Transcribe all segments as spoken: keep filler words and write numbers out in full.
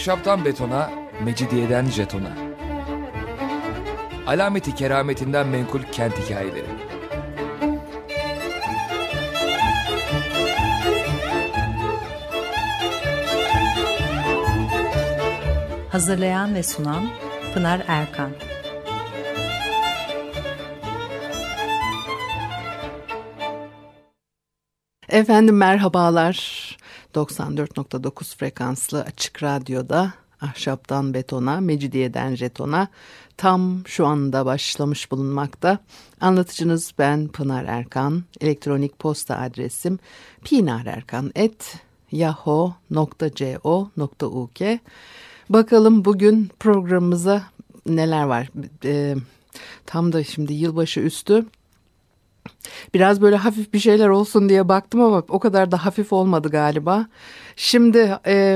Ahşaptan betona, mecidiyeden jetona. Alameti kerametinden menkul kent hikayeleri. Hazırlayan ve sunan Pınar Erkan. Efendim merhabalar. doksan dört nokta dokuz frekanslı Açık Radyo'da Ahşaptan Betona, Mecidiyeden Jeton'a tam şu anda başlamış bulunmakta. Anlatıcınız ben Pınar Erkan. Elektronik posta adresim pinarerkan at yahoo nokta co nokta uk. Bakalım bugün programımıza neler var? E, tam da şimdi yılbaşı üstü. Biraz böyle hafif bir şeyler olsun diye baktım ama o kadar da hafif olmadı galiba. Şimdi e,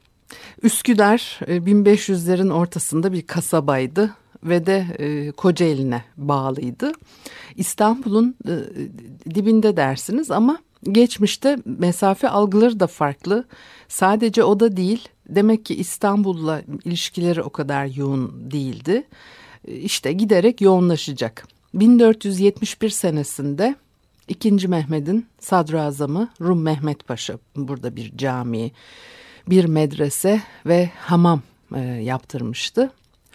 Üsküdar e, bin beş yüzlerin ortasında bir kasabaydı ve de e, Kocaeli'ne bağlıydı. İstanbul'un e, dibinde dersiniz ama geçmişte mesafe algıları da farklı. Sadece o da değil, demek ki İstanbul'la ilişkileri o kadar yoğun değildi. E, işte giderek yoğunlaşacak. bin dört yüz yetmiş bir senesinde ikinci. Mehmet'in sadrazamı Rum Mehmet Paşa burada bir cami, bir medrese ve hamam e, yaptırmıştı.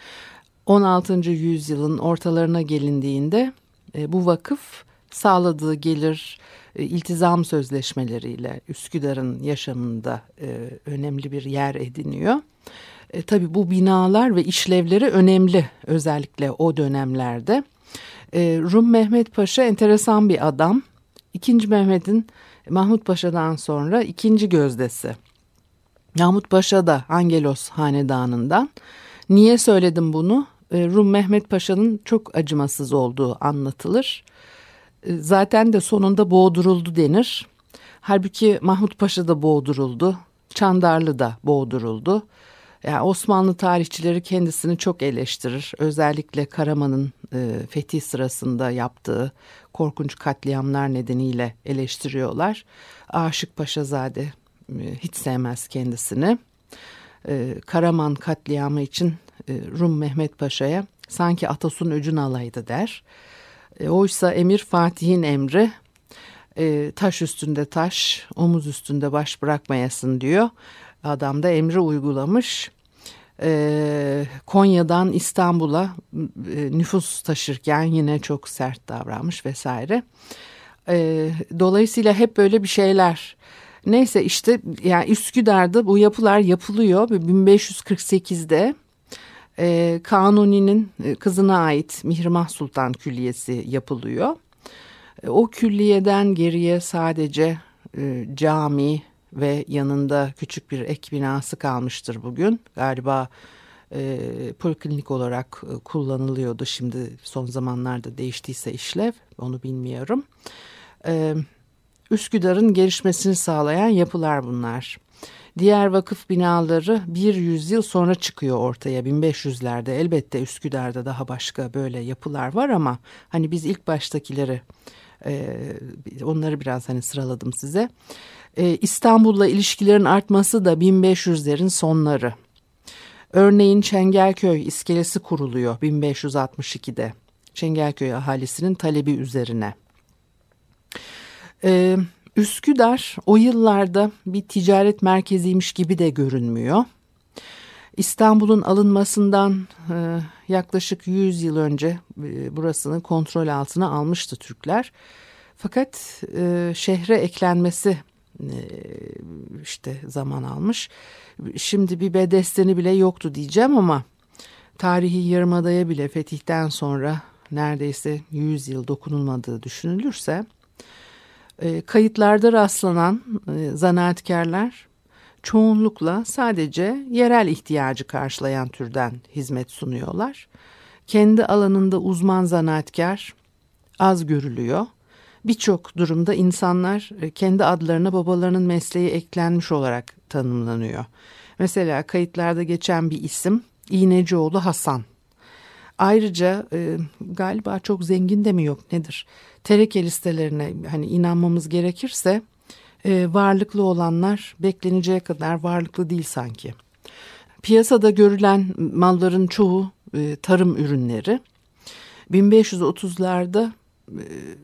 on altıncı yüzyılın ortalarına gelindiğinde e, bu vakıf sağladığı gelir e, iltizam sözleşmeleriyle Üsküdar'ın yaşamında e, önemli bir yer ediniyor. E, tabii bu binalar ve işlevleri önemli, özellikle o dönemlerde. Rum Mehmet Paşa enteresan bir adam. İkinci Mehmet'in Mahmut Paşa'dan sonra ikinci gözdesi. Mahmut Paşa da Angelos hanedanından. Niye söyledim bunu? Rum Mehmet Paşa'nın çok acımasız olduğu anlatılır. Zaten de sonunda boğduruldu denir. Halbuki Mahmut Paşa da boğduruldu. Çandarlı da boğduruldu. Yani Osmanlı tarihçileri kendisini çok eleştirir. Özellikle Karaman'ın e, fethi sırasında yaptığı korkunç katliamlar nedeniyle eleştiriyorlar. Aşık Paşazade e, hiç sevmez kendisini. E, Karaman katliamı için e, Rum Mehmet Paşa'ya sanki Atasun öcün alaydı der. E, oysa emir Fatih'in emri, e, taş üstünde taş, omuz üstünde baş bırakmayasın diyor. Adam da emri uygulamış. Ee, Konya'dan İstanbul'a e, nüfus taşırken yine çok sert davranmış vesaire. Ee, dolayısıyla hep böyle bir şeyler. Neyse işte yani Üsküdar'da bu yapılar yapılıyor. bin beş yüz kırk sekizde e, Kanuni'nin kızına ait Mihrimah Sultan Külliyesi yapılıyor. E, o külliyeden geriye sadece e, cami ve yanında küçük bir ek binası kalmıştır bugün. Galiba e, poliklinik olarak e, kullanılıyordu. Şimdi son zamanlarda değiştiyse işlev, onu bilmiyorum. E, Üsküdar'ın gelişmesini sağlayan yapılar bunlar. Diğer vakıf binaları bir yüzyıl sonra çıkıyor ortaya, bin beş yüzlerde. Elbette Üsküdar'da daha başka böyle yapılar var ama hani biz ilk baştakileri, e, onları biraz hani sıraladım size. İstanbul'la ilişkilerin artması da bin beş yüzlerin sonları. Örneğin Çengelköy iskelesi kuruluyor bin beş yüz altmış ikide. Çengelköy ahalisinin talebi üzerine. Ee, Üsküdar o yıllarda bir ticaret merkeziymiş gibi de görünmüyor. İstanbul'un alınmasından e, yaklaşık yüz yıl önce e, burasını kontrol altına almıştı Türkler. Fakat e, şehre eklenmesi işte zaman almış. Şimdi bir bedesteni bile yoktu diyeceğim ama tarihi yarımadaya bile fetihten sonra neredeyse yüz yıl dokunulmadığı düşünülürse kayıtlarda rastlanan zanaatkarlar çoğunlukla sadece yerel ihtiyacı karşılayan türden hizmet sunuyorlar. Kendi alanında uzman zanaatkar az görülüyor. Birçok durumda insanlar kendi adlarına babalarının mesleği eklenmiş olarak tanımlanıyor. Mesela kayıtlarda geçen bir isim İğnecioğlu Hasan. Ayrıca e, galiba çok zengin de mi yok nedir? Tereke listelerine hani inanmamız gerekirse e, varlıklı olanlar bekleneceği kadar varlıklı değil sanki. piyasada görülen malların çoğu e, tarım ürünleri. bin beş yüz otuzlarda e,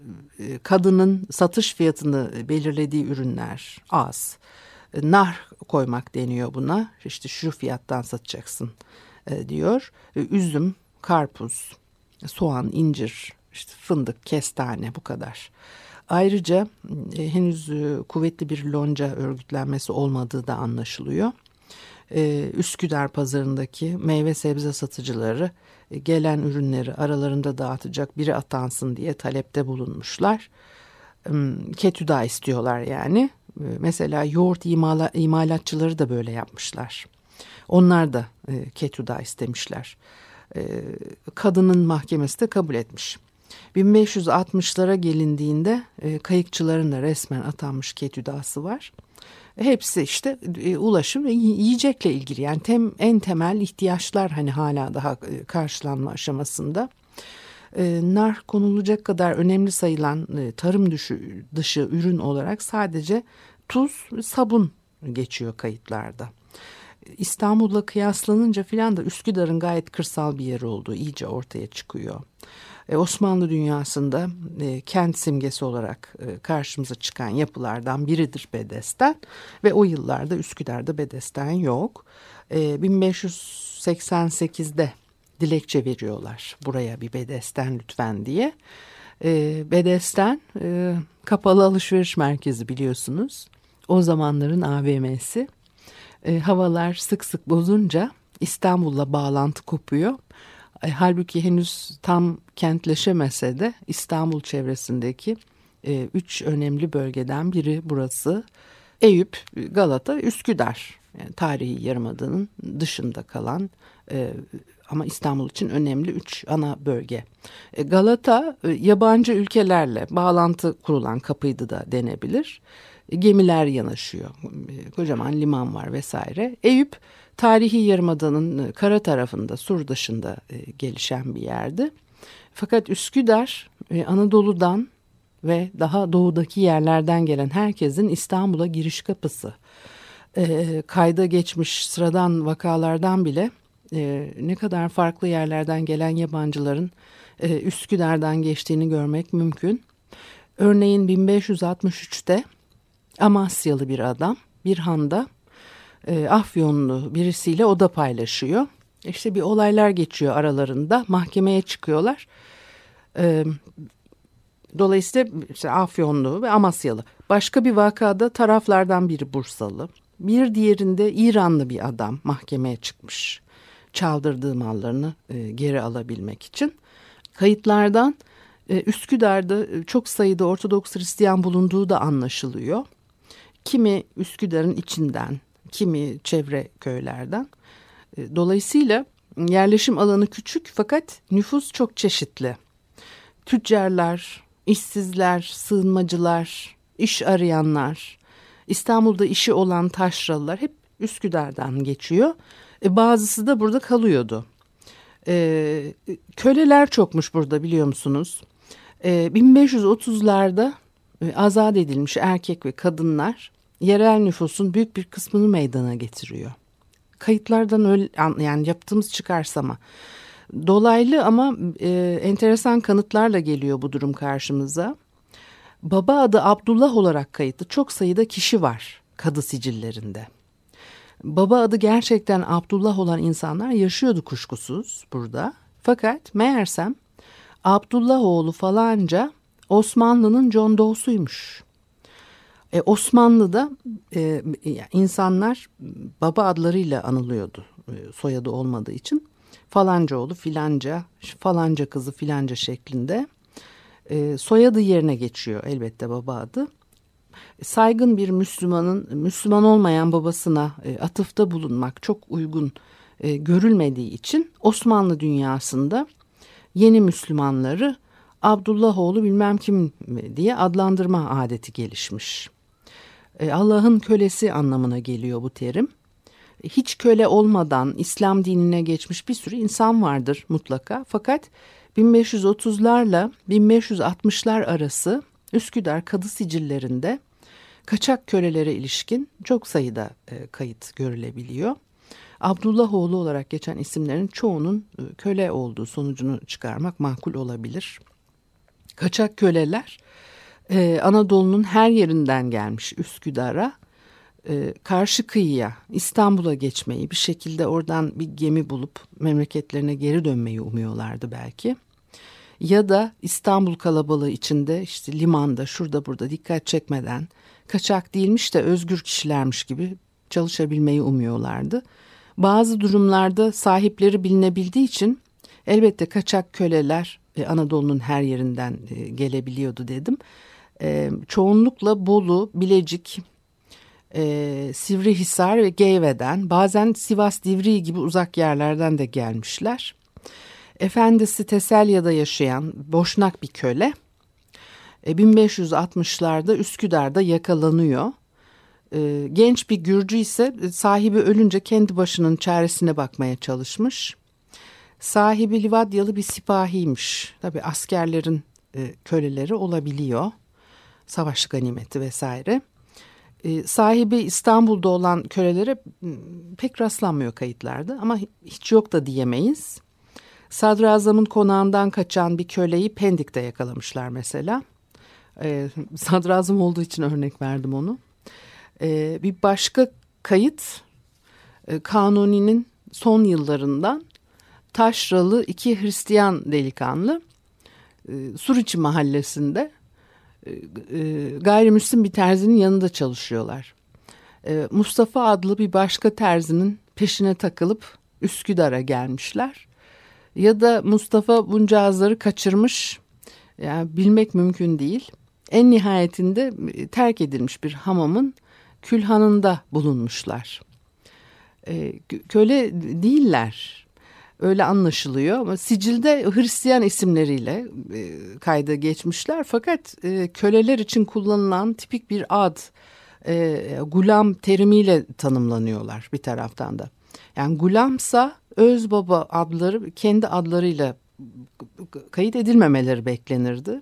kadının satış fiyatını belirlediği ürünler az. E, nar koymak deniyor buna. İşte şu fiyattan satacaksın e, diyor. E, üzüm, karpuz, soğan, incir, işte fındık, kestane, bu kadar. Ayrıca e, henüz e, kuvvetli bir lonca örgütlenmesi olmadığı da anlaşılıyor. E, Üsküdar pazarındaki meyve sebze satıcıları e, gelen ürünleri aralarında dağıtacak biri atansın diye talepte bulunmuşlar. E, ketüda istiyorlar yani. E, mesela yoğurt imala, imalatçıları da böyle yapmışlar. Onlar da e, ketüda istemişler. E, kadının mahkemesi de kabul etmiş. bin beş yüz altmışlara gelindiğinde e, kayıkçıların da resmen atanmış ketüdası var. Hepsi işte e, ulaşım ve yiyecekle ilgili, yani tem, en temel ihtiyaçlar hani hala daha e, karşılanma aşamasında. E, nar konulacak kadar önemli sayılan e, tarım dışı, dışı ürün olarak sadece tuz, sabun geçiyor kayıtlarda. İstanbul'la kıyaslanınca filan da Üsküdar'ın gayet kırsal bir yer olduğu iyice ortaya çıkıyor. E, Osmanlı dünyasında e, kent simgesi olarak e, karşımıza çıkan yapılardan biridir Bedesten ve o yıllarda Üsküdar'da Bedesten yok. E, bin beş yüz seksen sekizde dilekçe veriyorlar buraya bir Bedesten lütfen diye. E, Bedesten e, kapalı alışveriş merkezi biliyorsunuz. O zamanların A V M'si. E, havalar sık sık bozunca İstanbul'la bağlantı kopuyor. E, halbuki henüz tam kentleşemese de İstanbul çevresindeki e, üç önemli bölgeden biri burası. Eyüp, Galata, Üsküdar. Yani tarihi yarımadanın dışında kalan e, ama İstanbul için önemli üç ana bölge. E, Galata e, yabancı ülkelerle bağlantı kurulan kapıydı da denebilir. E, gemiler yanaşıyor. E, kocaman liman var vesaire. Eyüp tarihi yarımadanın kara tarafında, sur dışında e, gelişen bir yerdi. Fakat Üsküdar e, Anadolu'dan ve daha doğudaki yerlerden gelen herkesin İstanbul'a giriş kapısı. E, kayda geçmiş sıradan vakalardan bile e, ne kadar farklı yerlerden gelen yabancıların e, Üsküdar'dan geçtiğini görmek mümkün. Örneğin bin beş yüz altmış üçte Amasyalı bir adam bir handa e, Afyonlu birisiyle oda paylaşıyor. İşte bir olaylar geçiyor aralarında, mahkemeye çıkıyorlar. E, dolayısıyla işte Afyonlu ve Amasyalı. Başka bir vakada taraflardan biri Bursalı. Bir diğerinde İranlı bir adam mahkemeye çıkmış. Çaldırdığı mallarını e, geri alabilmek için. Kayıtlardan e, Üsküdar'da çok sayıda Ortodoks Hristiyan bulunduğu da anlaşılıyor. Kimi Üsküdar'ın içinden, kimi çevre köylerden. E, dolayısıyla yerleşim alanı küçük fakat nüfus çok çeşitli. Tüccarlar, işsizler, sığınmacılar, iş arayanlar, İstanbul'da işi olan taşralılar hep Üsküdar'dan geçiyor. E, bazısı da burada kalıyordu. E, köleler çokmuş burada, biliyor musunuz? E, bin beş yüz otuzlarda e, azat edilmiş erkek ve kadınlar yerel nüfusun büyük bir kısmını meydana getiriyor. Kayıtlardan öyle, yani yaptığımız çıkarsama. Dolaylı ama e, enteresan kanıtlarla geliyor bu durum karşımıza. Baba adı Abdullah olarak kayıtlı çok sayıda kişi var kadı sicillerinde. Baba adı gerçekten Abdullah olan insanlar yaşıyordu kuşkusuz burada. Fakat meğersem Abdullah oğlu falanca Osmanlı'nın John Doe'suymuş. E, Osmanlı'da e, insanlar baba adlarıyla anılıyordu e, soyadı olmadığı için. Falanca oğlu filanca, falanca kızı filanca şeklinde. E, soyadı yerine geçiyor elbette baba adı. Saygın bir Müslümanın Müslüman olmayan babasına e, atıfta bulunmak çok uygun e, görülmediği için Osmanlı dünyasında yeni Müslümanları Abdullahoğlu bilmem kim diye adlandırma adeti gelişmiş. E, Allah'ın kölesi anlamına geliyor bu terim. Hiç köle olmadan İslam dinine geçmiş bir sürü insan vardır mutlaka. Fakat bin beş yüz otuzlarla bin beş yüz altmışlar arası Üsküdar kadı sicillerinde kaçak kölelere ilişkin çok sayıda e, kayıt görülebiliyor. Abdullahoğlu olarak geçen isimlerin çoğunun köle olduğu sonucunu çıkarmak makul olabilir. Kaçak köleler Ee, Anadolu'nun her yerinden gelmiş Üsküdar'a, e, karşı kıyıya, İstanbul'a geçmeyi, bir şekilde oradan bir gemi bulup memleketlerine geri dönmeyi umuyorlardı belki. Ya da İstanbul kalabalığı içinde işte limanda şurada burada dikkat çekmeden kaçak değilmiş de özgür kişilermiş gibi çalışabilmeyi umuyorlardı. Bazı durumlarda sahipleri bilinebildiği için elbette kaçak köleler e, Anadolu'nun her yerinden e, gelebiliyordu dedim. E, çoğunlukla Bolu, Bilecik, e, Sivrihisar ve Geyve'den, bazen Sivas, Divriği gibi uzak yerlerden de gelmişler. Efendisi Teselya'da yaşayan Boşnak bir köle e, bin beş yüz altmışlarda Üsküdar'da yakalanıyor. E, genç bir Gürcü ise sahibi ölünce kendi başının çaresine bakmaya çalışmış. Sahibi Livadyalı bir sipahiymiş. Tabii askerlerin e, köleleri olabiliyor. Savaş ganimeti vesaire. E, sahibi İstanbul'da olan kölelere pek rastlanmıyor kayıtlarda ama hiç yok da diyemeyiz. Sadrazamın konağından kaçan bir köleyi Pendik'te yakalamışlar mesela. E, sadrazam olduğu için örnek verdim onu. E, bir başka kayıt e, Kanuni'nin son yıllarından taşralı iki Hristiyan delikanlı e, Suriçi mahallesinde e, e, gayrimüslim bir terzinin yanında çalışıyorlar. E, Mustafa adlı bir başka terzinin peşine takılıp Üsküdar'a gelmişler. Ya da Mustafa buncağızları kaçırmış, yani bilmek mümkün değil. En nihayetinde terk edilmiş bir hamamın külhanında bulunmuşlar. E, köle değiller. Öyle anlaşılıyor ama sicilde Hristiyan isimleriyle e, kayda geçmişler. Fakat e, köleler için kullanılan tipik bir ad, e, gulam terimiyle tanımlanıyorlar bir taraftan da. Yani gulamsa öz baba adları kendi adlarıyla kayıt edilmemeleri beklenirdi.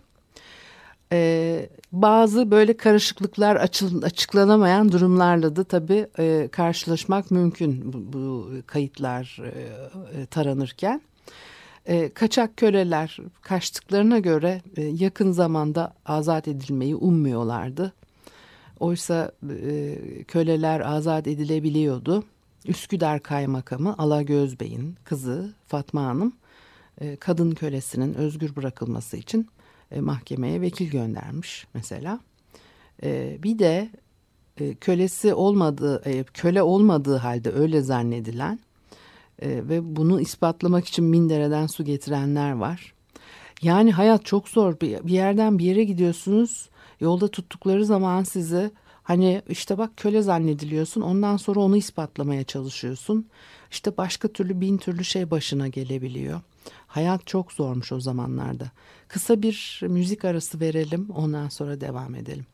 Ee, bazı böyle karışıklıklar açıl, açıklanamayan durumlarla da tabii e, karşılaşmak mümkün bu, bu kayıtlar e, taranırken. E, kaçak köleler kaçtıklarına göre e, yakın zamanda azat edilmeyi ummuyorlardı. Oysa e, köleler azat edilebiliyordu. Üsküdar Kaymakamı Alagöz Bey'in kızı Fatma Hanım e, kadın kölesinin özgür bırakılması için e, mahkemeye vekil göndermiş mesela. E, bir de e, kölesi olmadığı, e, köle olmadığı halde öyle zannedilen e, ve bunu ispatlamak için mindereden su getirenler var. Yani hayat çok zor. Bir, bir yerden bir yere gidiyorsunuz, yolda tuttukları zaman sizi hani işte bak köle zannediliyorsun, ondan sonra onu ispatlamaya çalışıyorsun. İşte başka türlü bin türlü şey başına gelebiliyor. Hayat çok zormuş o zamanlarda. Kısa bir müzik arası verelim, ondan sonra devam edelim.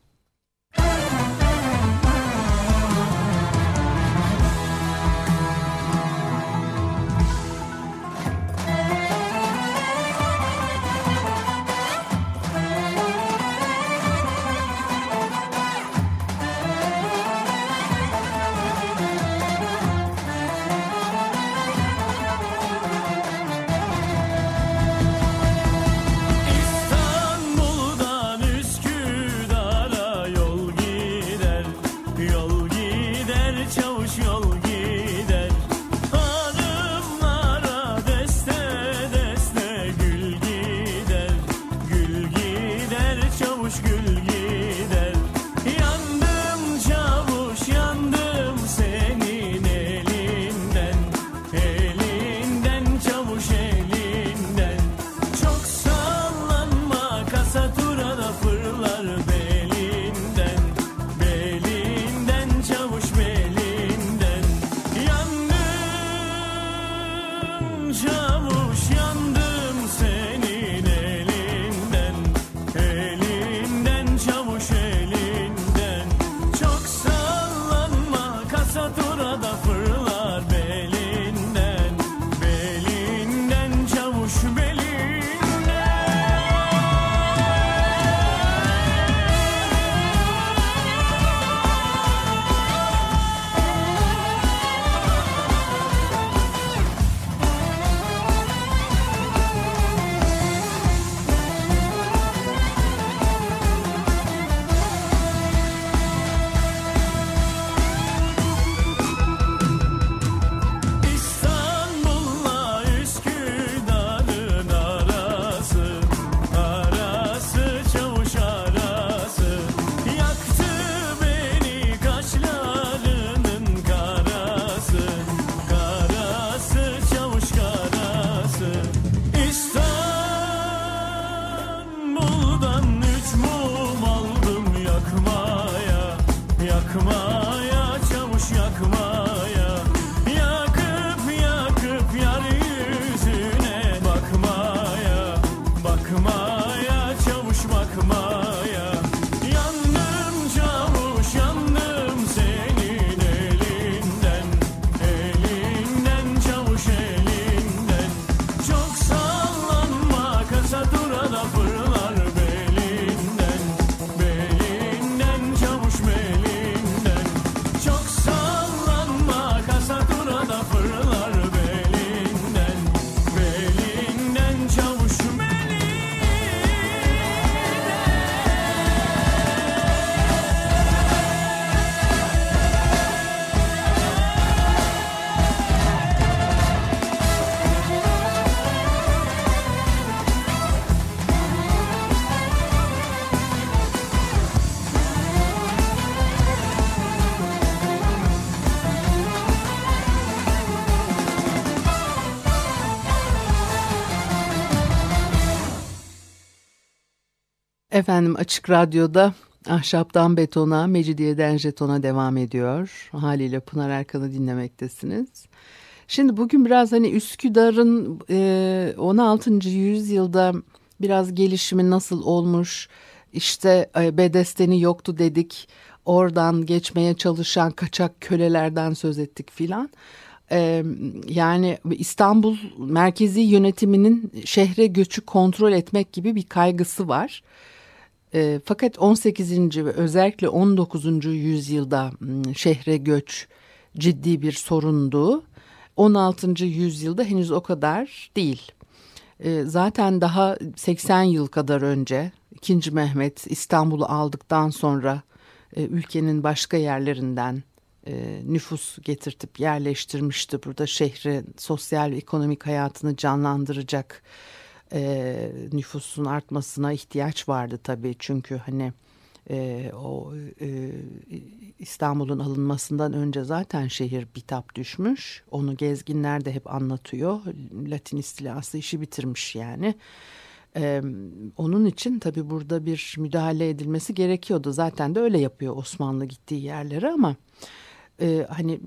Çavuş yandım senin elinden, elinden Efendim Açık Radyo'da Ahşaptan Betona, Mecidiyeden Jeton'a devam ediyor. Haliyle Pınar Erkan'ı dinlemektesiniz. Şimdi bugün biraz hani Üsküdar'ın e, on altıncı yüzyılda biraz gelişimi nasıl olmuş, işte e, bedesteni yoktu dedik, oradan geçmeye çalışan kaçak kölelerden söz ettik filan. E, yani İstanbul merkezi yönetiminin şehre göçü kontrol etmek gibi bir kaygısı var. E, fakat on sekizinci ve özellikle on dokuzuncu yüzyılda şehre göç ciddi bir sorundu. on altıncı yüzyılda henüz o kadar değil. E, zaten daha seksen yıl kadar önce ikinci. Mehmet İstanbul'u aldıktan sonra e, ülkenin başka yerlerinden e, nüfus getirtip yerleştirmişti. Burada şehrin sosyal ve ekonomik hayatını canlandıracak e, nüfusun artmasına ihtiyaç vardı tabii. Çünkü hani e, o e, İstanbul'un alınmasından önce zaten şehir bitap düşmüş. Onu gezginler de hep anlatıyor. Latin istilası işi bitirmiş yani. Ee, onun için tabii burada bir müdahale edilmesi gerekiyordu. Zaten de öyle yapıyor Osmanlı gittiği yerlere ama e, hani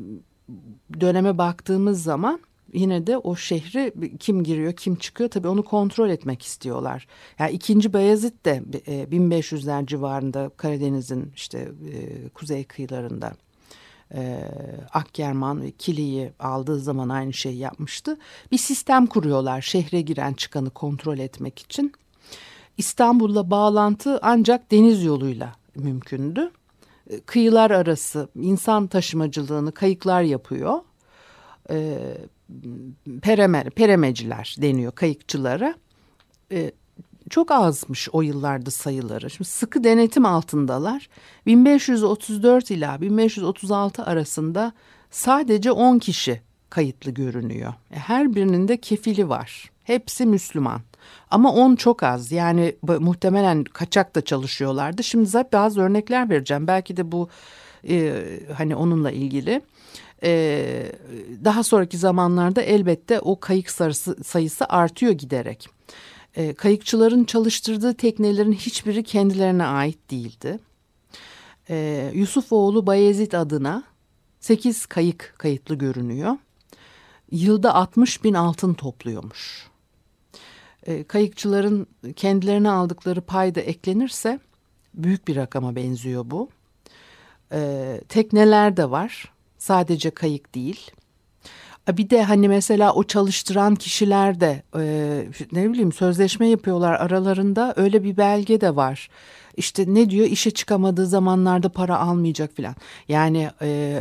döneme baktığımız zaman yine de o şehri kim giriyor kim çıkıyor tabii onu kontrol etmek istiyorlar. Yani ikinci. Bayezid de e, bin beş yüzler civarında Karadeniz'in işte e, kuzey kıyılarında e, Akkerman ve Kili'yi aldığı zaman aynı şeyi yapmıştı. Bir sistem kuruyorlar şehre giren çıkanı kontrol etmek için. İstanbul'la bağlantı ancak deniz yoluyla mümkündü. E, kıyılar arası insan taşımacılığını kayıklar yapıyor. E, Pereme, peremeciler deniyor kayıkçılara. E, çok azmış o yıllarda sayıları. Şimdi sıkı denetim altındalar. bin beş yüz otuz dört ila bin beş yüz otuz altı arasında sadece on kişi kayıtlı görünüyor. Her birinin de kefili var. Hepsi Müslüman. Ama on çok az. Yani muhtemelen kaçak da çalışıyorlardı. Şimdi zaten bazı örnekler vereceğim. Belki de bu e, hani onunla ilgili. Ee, daha sonraki zamanlarda elbette o kayık sayısı, sayısı artıyor giderek. Ee, kayıkçıların çalıştırdığı teknelerin hiçbiri kendilerine ait değildi. Ee, Yusufoğlu Bayezid adına sekiz kayık kayıtlı görünüyor. Yılda altmış bin altın topluyormuş. Ee, kayıkçıların kendilerine aldıkları pay da eklenirse büyük bir rakama benziyor bu. Ee, tekneler de var. Sadece kayık değil. Bir de hani mesela o çalıştıran kişiler de e, ne bileyim sözleşme yapıyorlar aralarında, öyle bir belge de var. İşte ne diyor, işe çıkamadığı zamanlarda para almayacak filan. Yani e,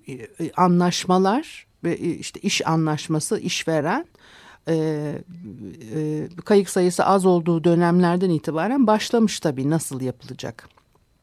anlaşmalar, işte iş anlaşması, işveren e, e, kayık sayısı az olduğu dönemlerden itibaren başlamış tabii nasıl yapılacak.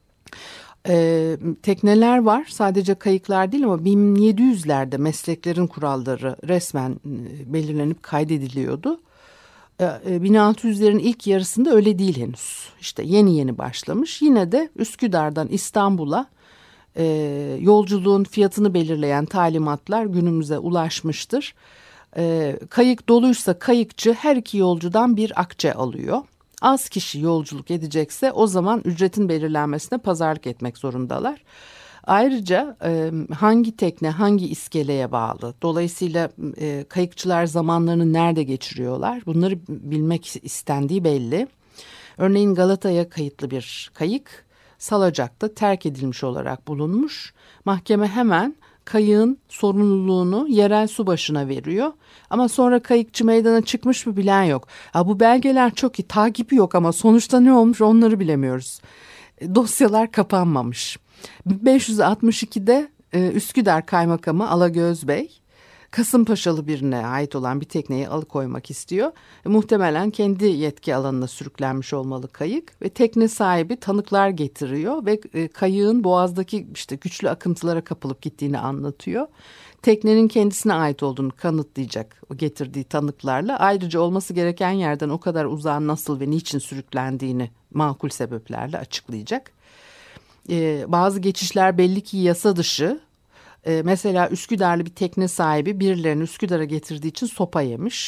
Ee, tekneler var, sadece kayıklar değil ama bin yedi yüzlerde mesleklerin kuralları resmen e, belirlenip kaydediliyordu. Ee, bin altı yüzlerin ilk yarısında öyle değil henüz. İşte yeni yeni başlamış. Yine de Üsküdar'dan İstanbul'a e, yolculuğun fiyatını belirleyen talimatlar günümüze ulaşmıştır. E, kayık doluysa kayıkçı her iki yolcudan bir akçe alıyor. Az kişi yolculuk edecekse o zaman ücretin belirlenmesine pazarlık etmek zorundalar. Ayrıca e, hangi tekne hangi iskeleye bağlı, dolayısıyla e, kayıkçılar zamanlarını nerede geçiriyorlar, bunları bilmek istendiği belli. Örneğin Galata'ya kayıtlı bir kayık Salacak'ta terk edilmiş olarak bulunmuş. Mahkeme hemen kayığın sorumluluğunu yerel subaşına veriyor. Ama sonra kayıkçı meydana çıkmış mı bilen yok. Ha, bu belgeler çok iyi, takibi yok ama sonuçta ne olmuş onları bilemiyoruz. E, dosyalar kapanmamış. bin beş yüz altmış ikide e, Üsküdar Kaymakamı Alagöz Bey, Kasımpaşalı birine ait olan bir tekneyi alıkoymak istiyor. E, muhtemelen kendi yetki alanına sürüklenmiş olmalı kayık ve tekne sahibi tanıklar getiriyor ve e, kayığın boğazdaki işte güçlü akıntılara kapılıp gittiğini anlatıyor. Teknenin kendisine ait olduğunu kanıtlayacak o getirdiği tanıklarla. Ayrıca olması gereken yerden o kadar uzağa nasıl ve niçin sürüklendiğini makul sebeplerle açıklayacak. Ee, bazı geçişler belli ki yasa dışı. Ee, mesela Üsküdarlı bir tekne sahibi birilerini Üsküdar'a getirdiği için sopa yemiş.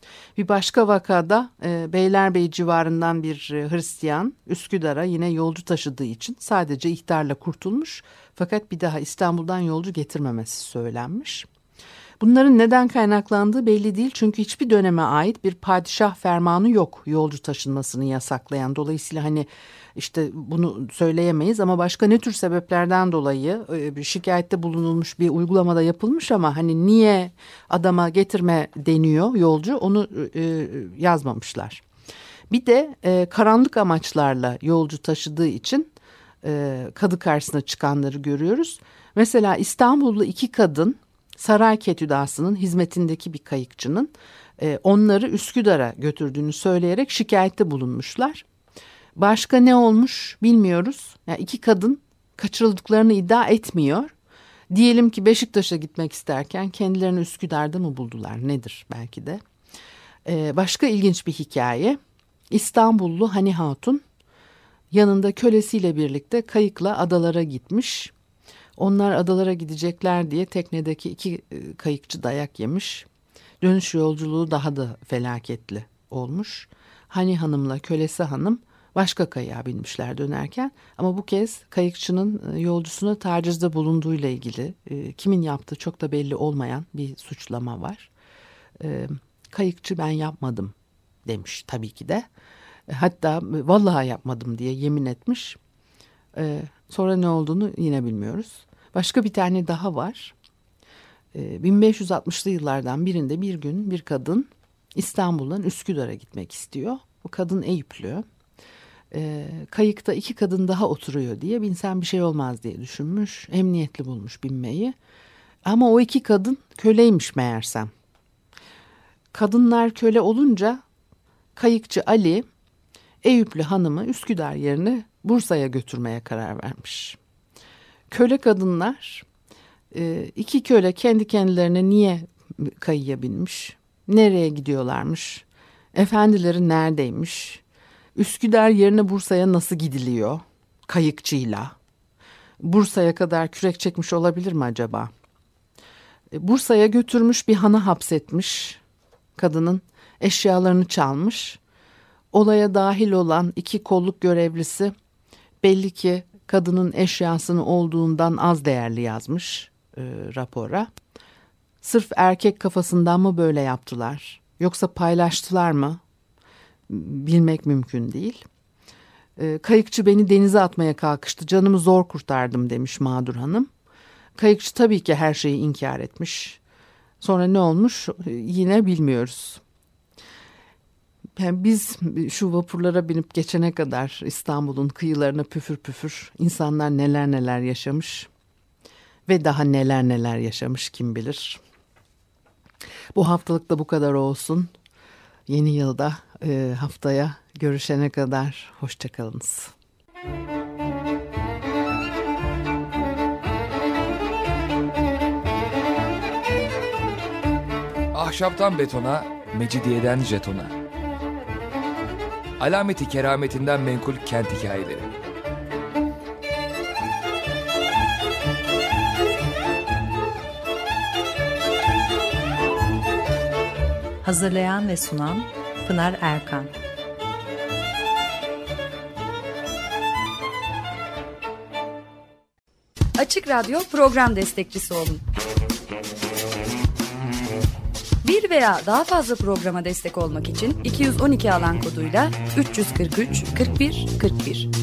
Bir başka vakada e, Beylerbeyi civarından bir e, Hristiyan Üsküdar'a yine yolcu taşıdığı için sadece ihtarla kurtulmuş. Fakat bir daha İstanbul'dan yolcu getirmemesi söylenmiş. Bunların neden kaynaklandığı belli değil çünkü hiçbir döneme ait bir padişah fermanı yok yolcu taşınmasını yasaklayan. Dolayısıyla hani işte bunu söyleyemeyiz ama başka ne tür sebeplerden dolayı bir şikayette bulunulmuş bir uygulamada yapılmış ama hani niye adama getirme deniyor yolcu onu e, yazmamışlar. Bir de e, karanlık amaçlarla yolcu taşıdığı için e, kadı karşısına çıkanları görüyoruz. Mesela İstanbullu iki kadın Saray Ketüdası'nın hizmetindeki bir kayıkçının e, onları Üsküdar'a götürdüğünü söyleyerek şikayette bulunmuşlar. Başka ne olmuş bilmiyoruz. Yani iki kadın kaçırıldıklarını iddia etmiyor. Diyelim ki Beşiktaş'a gitmek isterken kendilerini Üsküdar'da mı buldular nedir belki de. Ee, başka ilginç bir hikaye. İstanbullu Hani Hatun yanında kölesiyle birlikte kayıkla adalara gitmiş. Onlar adalara gidecekler diye teknedeki iki kayıkçı dayak yemiş. Dönüş yolculuğu daha da felaketli olmuş. Hani Hanım'la kölesi hanım başka kayığa binmişler dönerken ama bu kez kayıkçının yolcusuna tacizde bulunduğuyla ilgili e, kimin yaptığı çok da belli olmayan bir suçlama var. E, kayıkçı ben yapmadım demiş tabii ki de. E, hatta vallahi yapmadım diye yemin etmiş. E, sonra ne olduğunu yine bilmiyoruz. Başka bir tane daha var. E, bin beş yüz altmışlı yıllardan birinde bir gün bir kadın İstanbul'dan Üsküdar'a gitmek istiyor. Bu kadın Eyüplü. E, kayıkta iki kadın daha oturuyor diye binsem bir şey olmaz diye düşünmüş. Emniyetli bulmuş binmeyi. Ama o iki kadın köleymiş meğersem. Kadınlar köle olunca kayıkçı Ali Eyüplü hanımı Üsküdar yerine Bursa'ya götürmeye karar vermiş. Köle kadınlar e, iki köle kendi kendilerine niye kayıya binmiş? Nereye gidiyorlarmış? Efendileri neredeymiş? Üsküdar yerine Bursa'ya nasıl gidiliyor? Kayıkçıyla. Bursa'ya kadar kürek çekmiş olabilir mi acaba? Bursa'ya götürmüş bir hanı hapsetmiş. Kadının eşyalarını çalmış. Olaya dahil olan iki kolluk görevlisi belli ki kadının eşyasını olduğundan az değerli yazmış e, rapora. Sırf erkek kafasından mı böyle yaptılar? Yoksa paylaştılar mı? Bilmek mümkün değil. E, kayıkçı beni denize atmaya kalkıştı. Canımı zor kurtardım demiş mağdur hanım. Kayıkçı tabii ki her şeyi inkar etmiş. Sonra ne olmuş e, yine bilmiyoruz. Yani biz şu vapurlara binip geçene kadar İstanbul'un kıyılarına püfür püfür insanlar neler neler yaşamış ve daha neler neler yaşamış kim bilir. Bu haftalık da bu kadar olsun. Yeni yılda e, haftaya görüşene kadar hoşçakalınız. Ahşaptan betona, mecidiyeden jetona. Alameti kerametinden menkul kent hikayeleri. Hazırlayan ve sunan Pınar Erkan. Açık Radyo program destekçisi olun. Bir veya daha fazla programa destek olmak için iki yüz on iki alan koduyla üç yüz kırk üç kırk bir kırk bir